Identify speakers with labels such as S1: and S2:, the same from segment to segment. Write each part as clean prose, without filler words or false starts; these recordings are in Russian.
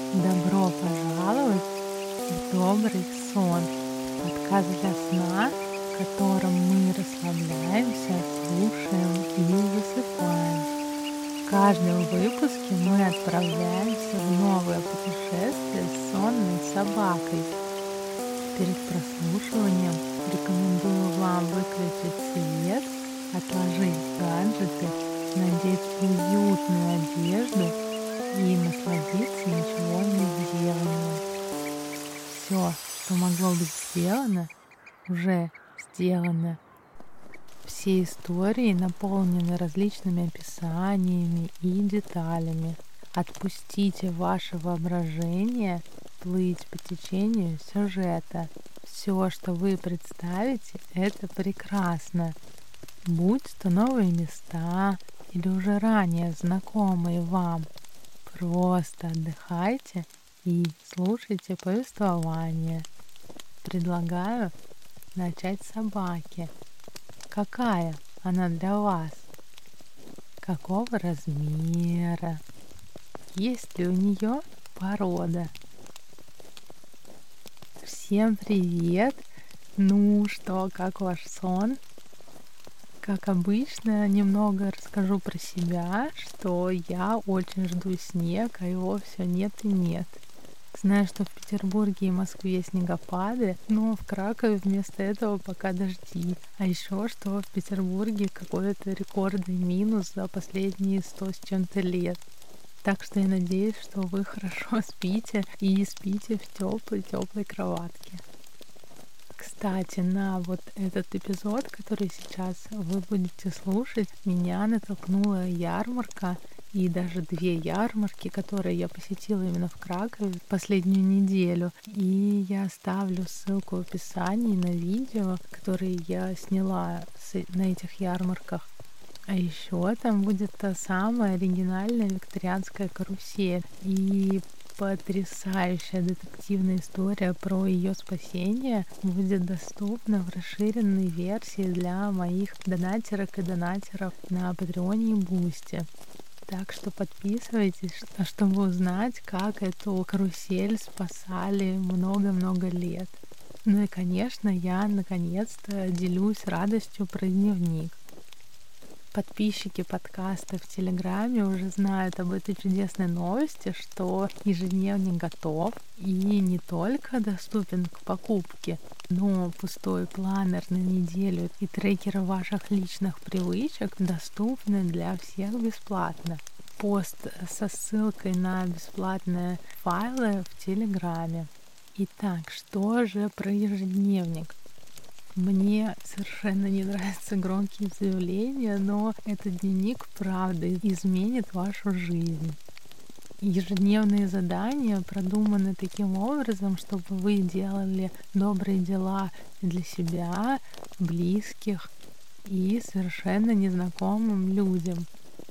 S1: Добро пожаловать в добрый сон. Подкаст для сна, в котором мы расслабляемся, слушаем и засыпаем. В каждом выпуске мы отправляемся в новое путешествие с сонной собакой. Перед прослушиванием рекомендую вам выключить свет, отложить гаджеты, надеть уютную одежду и насладиться ничего не деланием. Все, что могло быть сделано, уже сделано. Все истории наполнены различными описаниями и деталями. Отпустите ваше воображение плыть по течению сюжета. Все, что вы представите, это прекрасно. Будь то новые места или уже ранее знакомые вам. Просто отдыхайте и слушайте повествование. Предлагаю начать с собаки. Какая она для вас? Какого размера? Есть ли у нее порода? Всем привет! Ну что, как ваш сон? Как обычно, немного расскажу про себя, что я очень жду снег, а его все нет и нет. Знаю, что в Петербурге и Москве снегопады, но в Кракове вместо этого пока дожди. А еще что в Петербурге какой-то рекордный минус за последние 100 с чем-то лет. Так что я надеюсь, что вы хорошо спите и спите в теплой кроватке. Кстати, на вот этот эпизод, который сейчас вы будете слушать, меня натолкнула ярмарка и даже 2 ярмарки, которые я посетила именно в Кракове последнюю неделю. И я оставлю ссылку в описании на видео, которые я сняла на этих ярмарках. А еще там будет та самая оригинальная викторианская карусель и потрясающая детективная история про ее спасение будет доступна в расширенной версии для моих донатерок и донатеров на Патреоне и Бусти. Так что подписывайтесь, чтобы узнать, как эту карусель спасали много-много лет. Ну и, конечно, я наконец-то делюсь радостью про дневник. Подписчики подкаста в Телеграме уже знают об этой чудесной новости, что ежедневник готов и не только доступен к покупке, но пустой планер на неделю и трекеры ваших личных привычек доступны для всех бесплатно. Пост со ссылкой на бесплатные файлы в Телеграме. Итак, что же про ежедневник? Мне совершенно не нравятся громкие заявления, но этот дневник, правда, изменит вашу жизнь. Ежедневные задания продуманы таким образом, чтобы вы делали добрые дела для себя, близких и совершенно незнакомым людям.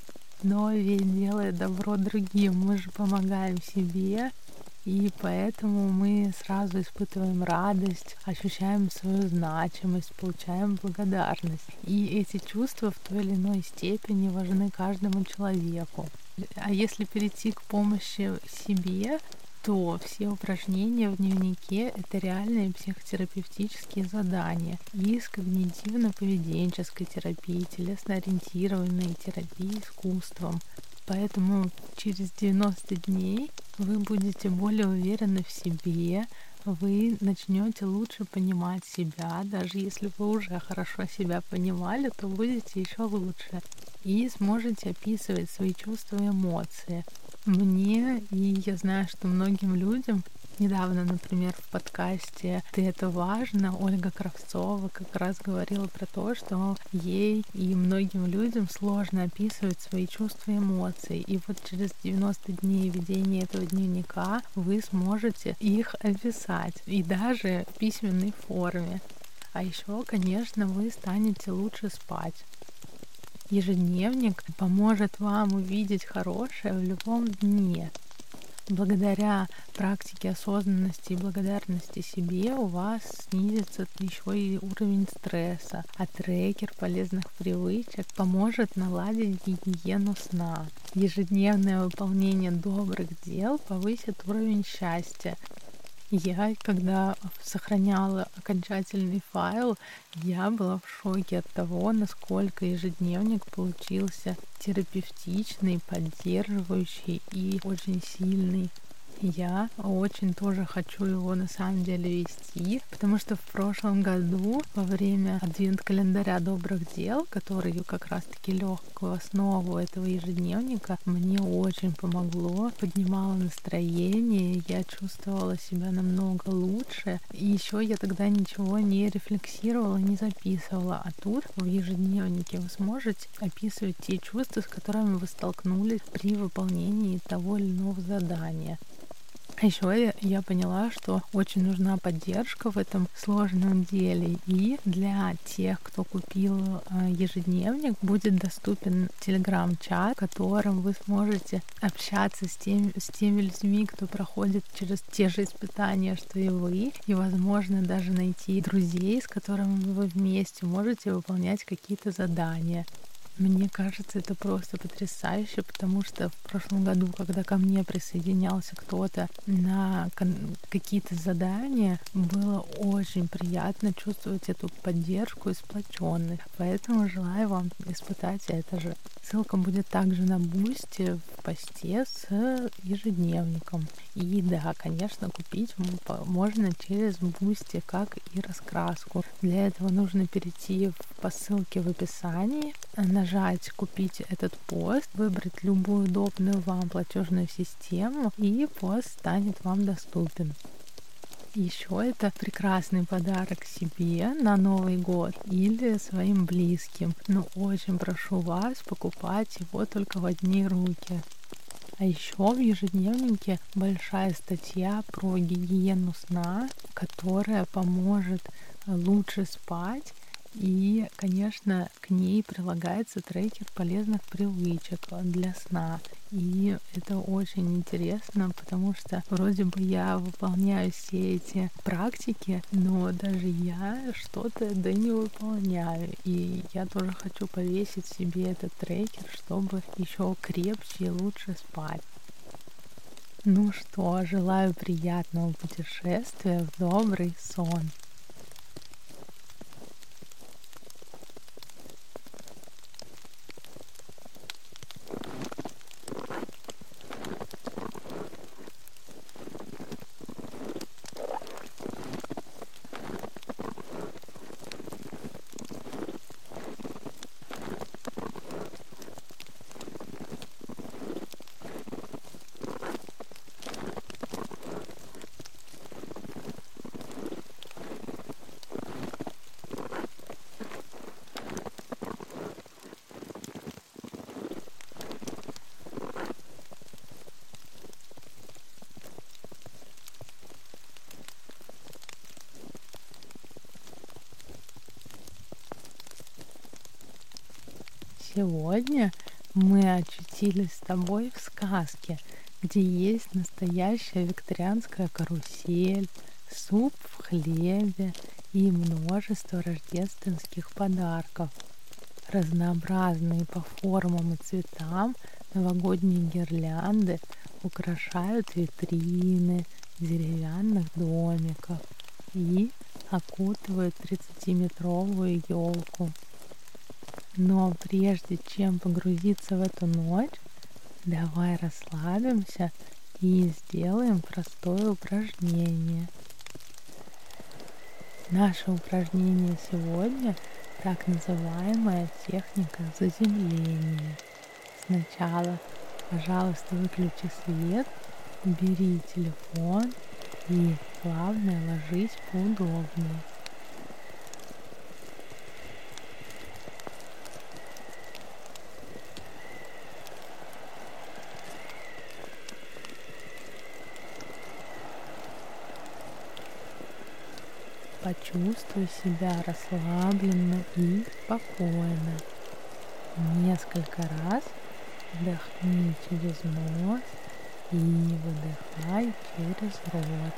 S1: Но ведь делая добро другим, мы же помогаем себе, и поэтому мы сразу испытываем радость, ощущаем свою значимость, получаем благодарность. И эти чувства в той или иной степени важны каждому человеку. А если перейти к помощи себе, то все упражнения в дневнике — это реальные психотерапевтические задания из когнитивно-поведенческой терапии, телесно-ориентированной терапии искусством. Поэтому через 90 дней вы будете более уверены в себе, вы начнете лучше понимать себя, даже если вы уже хорошо себя понимали, то будете еще лучше и сможете описывать свои чувства и эмоции. Мне, и я знаю, что многим людям, недавно, например, в подкасте «Ты — это важно» Ольга Кравцова как раз говорила про то, что ей и многим людям сложно описывать свои чувства и эмоции. И вот через 90 дней ведения этого дневника вы сможете их описать, и даже в письменной форме. А еще, конечно, вы станете лучше спать. Ежедневник поможет вам увидеть хорошее в любом дне. Благодаря практике осознанности и благодарности себе у вас снизится еще и уровень стресса, а трекер полезных привычек поможет наладить гигиену сна. Ежедневное выполнение добрых дел повысит уровень счастья. Я, когда сохраняла окончательный файл, я была в шоке от того, насколько ежедневник получился терапевтичный, поддерживающий и очень сильный. Я очень тоже хочу его на самом деле вести, потому что в прошлом году во время адвент-календаря добрых дел, который как раз-таки лег в основу этого ежедневника, мне очень помогло, поднимало настроение, я чувствовала себя намного лучше. И еще я тогда ничего не рефлексировала, не записывала. А тут в ежедневнике вы сможете описывать те чувства, с которыми вы столкнулись при выполнении того или иного задания. А еще я поняла, что очень нужна поддержка в этом сложном деле. И для тех, кто купил ежедневник, будет доступен телеграм-чат, в котором вы сможете общаться с теми людьми, кто проходит через те же испытания, что и вы. И, возможно, даже найти друзей, с которыми вы вместе можете выполнять какие-то задания. Мне кажется, это просто потрясающе, потому что в прошлом году, когда ко мне присоединялся кто-то на какие-то задания, было очень приятно чувствовать эту поддержку и сплоченность. Поэтому желаю вам испытать это же. Ссылка будет также на Бусти в посте с ежедневником. И да, конечно, купить можно через Бусти, как и раскраску. Для этого нужно перейти по ссылке в описании, нажать «Купить этот пост», выбрать любую удобную вам платежную систему, и пост станет вам доступен. Еще это прекрасный подарок себе на Новый год или своим близким. Но очень прошу вас покупать его только в одни руки. А еще в ежедневнике большая статья про гигиену сна, которая поможет лучше спать. И, конечно, к ней прилагается трекер полезных привычек для сна. И это очень интересно, потому что вроде бы я выполняю все эти практики, но даже я что-то да не выполняю. И я тоже хочу повесить себе этот трекер, чтобы еще крепче и лучше спать. Ну что, желаю приятного путешествия в добрый сон. Сегодня мы очутились с тобой в сказке, где есть настоящая викторианская карусель, суп в хлебе и множество рождественских подарков. Разнообразные по формам и цветам новогодние гирлянды украшают витрины деревянных домиков и окутывают 30-метровую елку. Но прежде чем погрузиться в эту ночь, давай расслабимся и сделаем простое упражнение. Наше упражнение сегодня — так называемая техника заземления. Сначала, пожалуйста, выключи свет, убери телефон и плавно ложись поудобнее. Почувствуй себя расслабленно и спокойно. Несколько раз вдохни через нос и выдыхай через рот.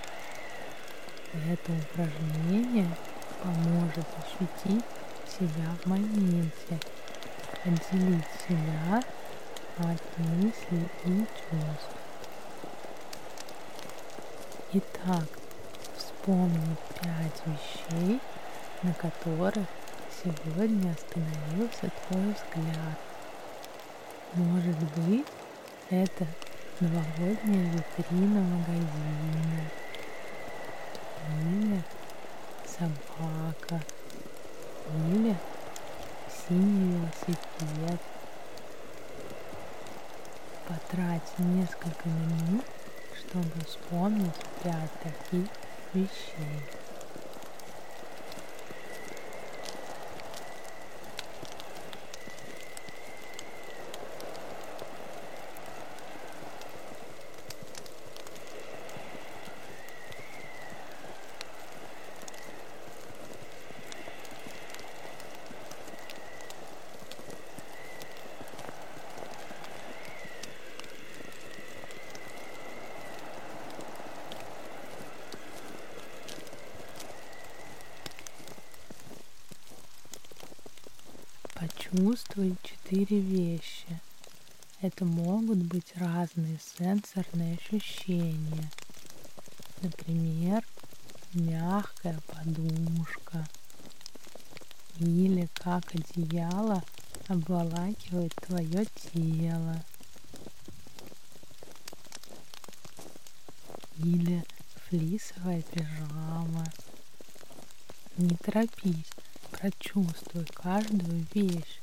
S1: Это упражнение поможет ощутить себя в моменте, отделить себя от мыслей и чувств. Итак, вспомни 5 вещей, на которых сегодня остановился твой взгляд. Может быть, это новогодняя витрина магазина, или собака, или синий велосипед. Потрать несколько минут, чтобы вспомнить 5 таких вещей. Почувствуй 4 вещи. Это могут быть разные сенсорные ощущения. Например, мягкая подушка или как одеяло обволакивает твое тело, или флисовая пижама. Не торопись, прочувствуй каждую вещь.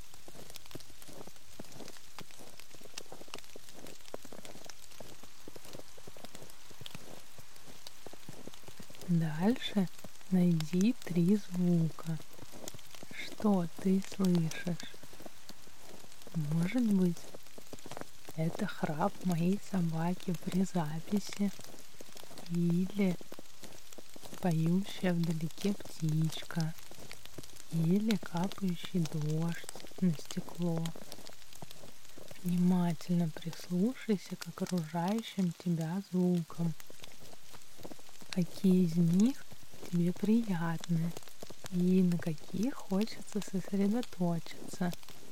S1: Дальше найди 3 звука. Что ты слышишь? Может быть, это храп моей собаки при записи, или поющая вдалеке птичка, или капающий дождь на стекло. Внимательно прислушайся к окружающим тебя звукам. Какие из них тебе приятны и на каких хочется сосредоточиться.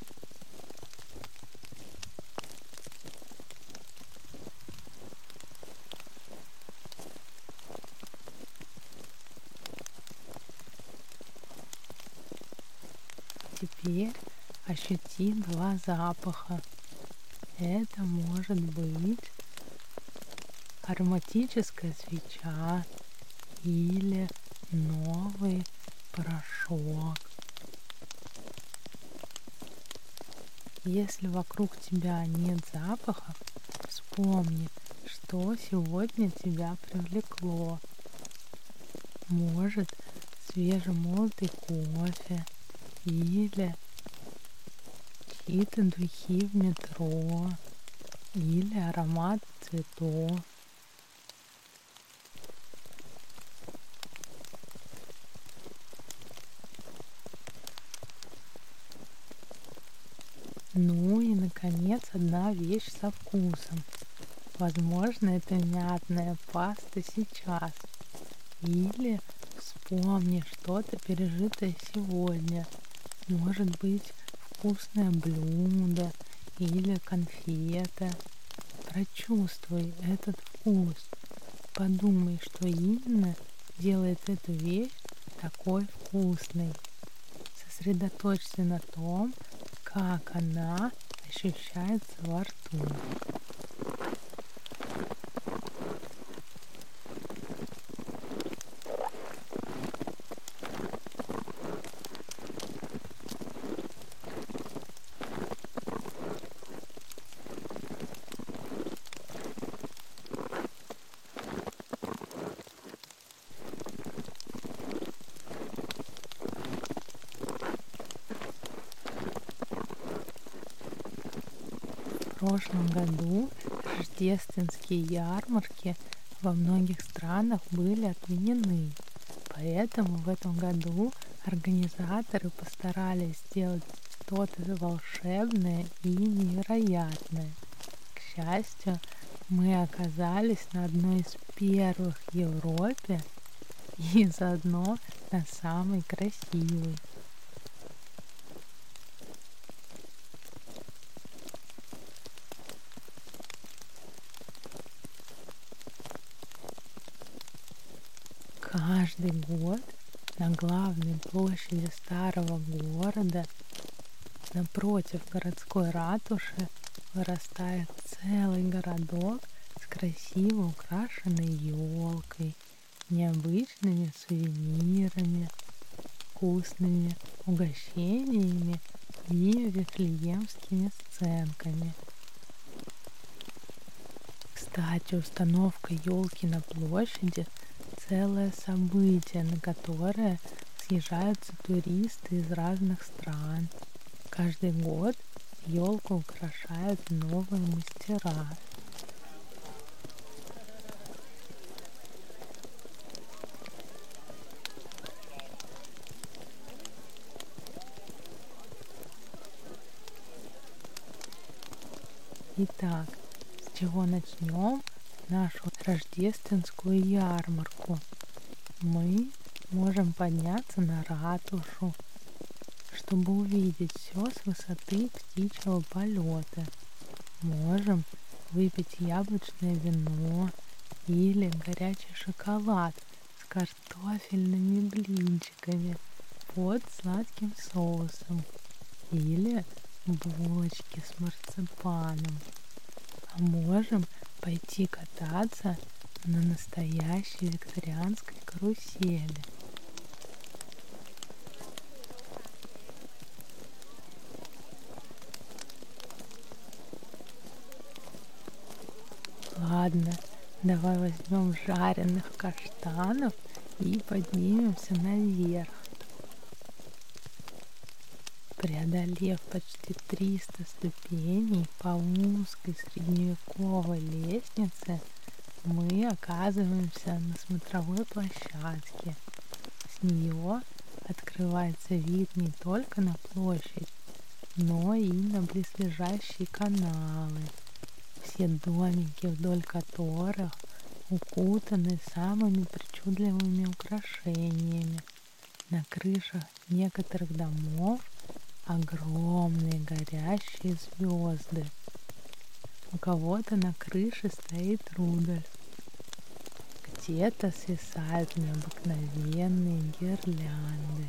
S1: Теперь ощути 2 запаха. Это может быть ароматическая свеча или новый порошок. Если вокруг тебя нет запахов, вспомни, что сегодня тебя привлекло. Может, свежемолотый кофе или чьи-то духи в метро, или аромат цветов. Ну и, наконец, одна вещь со вкусом. Возможно, это мятная паста сейчас. Или вспомни что-то пережитое сегодня. Может быть, вкусное блюдо или конфета. Прочувствуй этот вкус. Подумай, что именно делает эту вещь такой вкусной. Сосредоточься на том, как она ощущается во рту. В прошлом году рождественские ярмарки во многих странах были отменены, поэтому в этом году организаторы постарались сделать что-то волшебное и невероятное. К счастью, Мы оказались на одной из первых в Европе и заодно на самой красивой. Каждый год на главной площади старого города напротив городской ратуши вырастает целый городок с красиво украшенной елкой, необычными сувенирами, вкусными угощениями и вифлеемскими сценками. Кстати, установка елки на площади — целое событие, на которое съезжаются туристы из разных стран. Каждый год елку украшают новые мастера. Итак, с чего начнем нашу рождественскую ярмарку? Мы можем подняться на ратушу, чтобы увидеть все с высоты птичьего полета. Можем выпить яблочное вино или горячий шоколад с картофельными блинчиками под сладким соусом или булочки с марципаном. А можем пойти кататься на настоящей викторианской карусели. Ладно, давай возьмем жареных каштанов и поднимемся наверх. Преодолев почти 300 ступеней по узкой средневековой лестнице, мы оказываемся на смотровой площадке. С нее открывается вид не только на площадь, но и на близлежащие каналы, все домики вдоль которых укутаны самыми причудливыми украшениями. На крышах некоторых домов огромные горящие звезды. У кого-то на крыше стоит Рудольф. Где-то свисают необыкновенные гирлянды.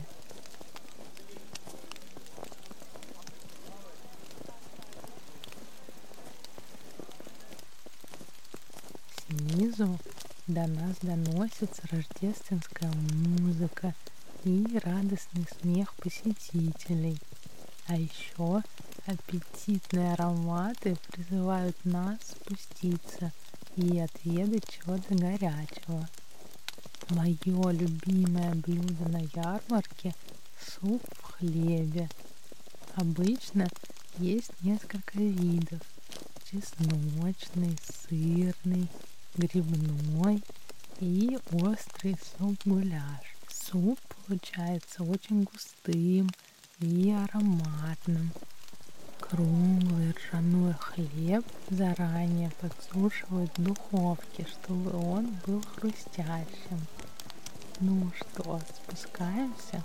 S1: Снизу до нас доносится рождественская музыка и радостный смех посетителей. А еще аппетитные ароматы призывают нас спуститься и отведать чего-то горячего. Мое любимое блюдо на ярмарке — суп в хлебе. Обычно есть несколько видов: чесночный, сырный, грибной и острый суп-гуляш. Суп получается очень густым и ароматным. Круглый ржаной хлеб заранее подсушивают в духовке, чтобы он был хрустящим. Ну что, спускаемся?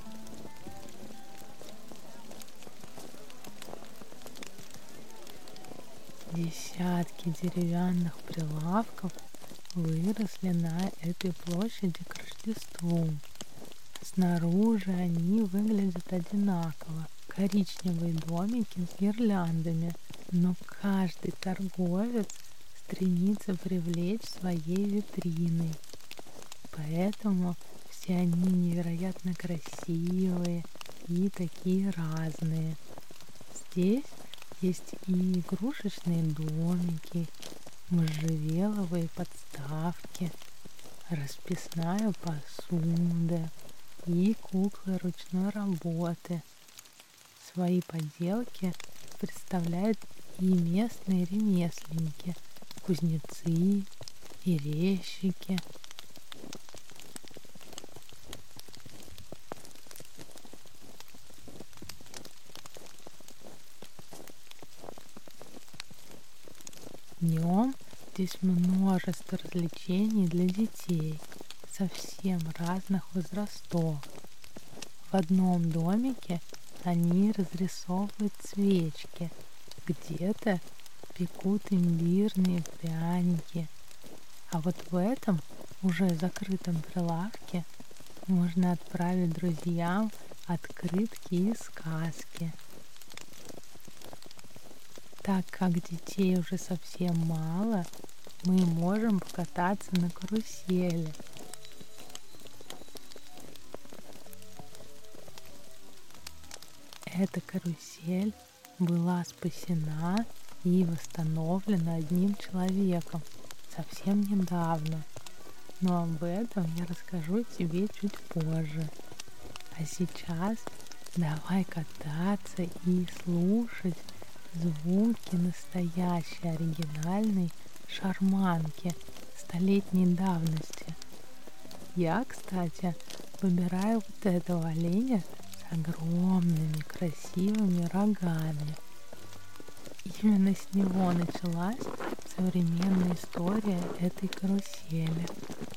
S1: Десятки деревянных прилавков выросли на этой площади к Рождеству. Снаружи они выглядят одинаково. Коричневые домики с гирляндами, но каждый торговец стремится привлечь своей витриной. Поэтому все они невероятно красивые и такие разные. Здесь есть и игрушечные домики, можжевеловые подставки, расписная посуда и куклы ручной работы. Свои поделки представляют и местные ремесленники, кузнецы и резчики. Днем здесь множество развлечений для детей совсем разных возрастов. В одном домике они разрисовывают свечки, где-то пекут имбирные пряники. А вот в этом уже закрытом прилавке можно отправить друзьям открытки и сказки. Так как детей уже совсем мало, мы можем покататься на карусели. Эта карусель была спасена и восстановлена одним человеком совсем недавно. Но об этом я расскажу тебе чуть позже. А сейчас давай кататься и слушать звуки настоящей оригинальной шарманки столетней давности. Я, кстати, выбираю вот этого оленя с огромными красивыми рогами. Именно с него началась современная история этой карусели.